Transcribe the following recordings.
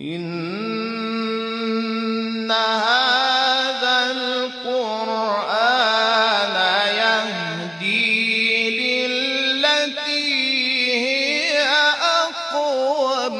إن هذا القرآن يهدي للتي هي أقوم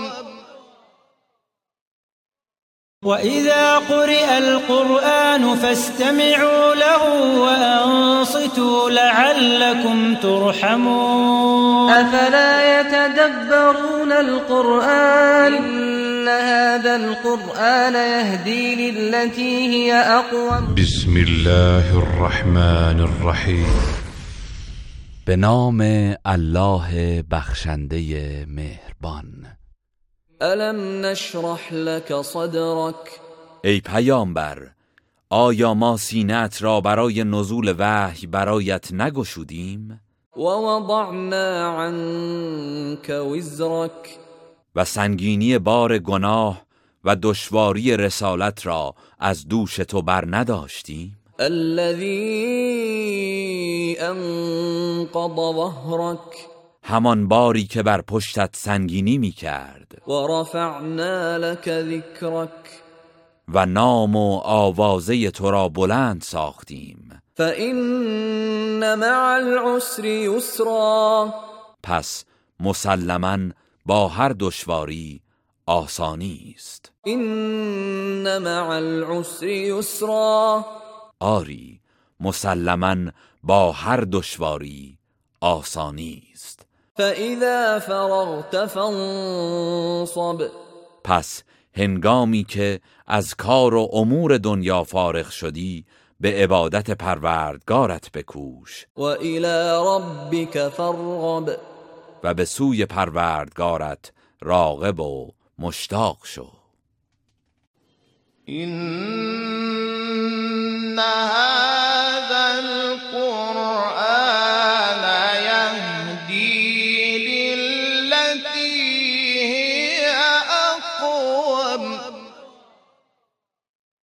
وإذا قرئ القرآن فاستمعوا له وأنصتوا لعلكم ترحمون أفلا يتدبرون القرآن إن هذا القرآن يهدي للتي هي أقوم بسم الله الرحمن الرحیم. به نام الله بخشنده مهربان. ألم نشرح لك صدرك ای پیامبر، آیا ما سینه‌ات را برای نزول وحی برایت نگشودیم؟ ووضعنا عنك وزرك و سنگینی بار گناه و دشواری رسالت را از دوش تو بر نداشتیم؟ الذي أنقض ظهرك همان باری که بر پشتت سنگینی می کرد. ورفعنا لك ذكرك و نام و آوازه تو را بلند ساختیم. فإن مع العسر يسرا پس مسلماً با هر دشواری آسانی است. إن مع العسر يسرا آری، مسلماً با هر دشواری آسانی است. فإذا فرغت فانصب پس هنگامی که از کار و امور دنیا فارغ شدی، به عبادت پروردگارت بکوش و إلی ربک فارغب و به سوی پروردگارت راغب و مشتاق شو. إن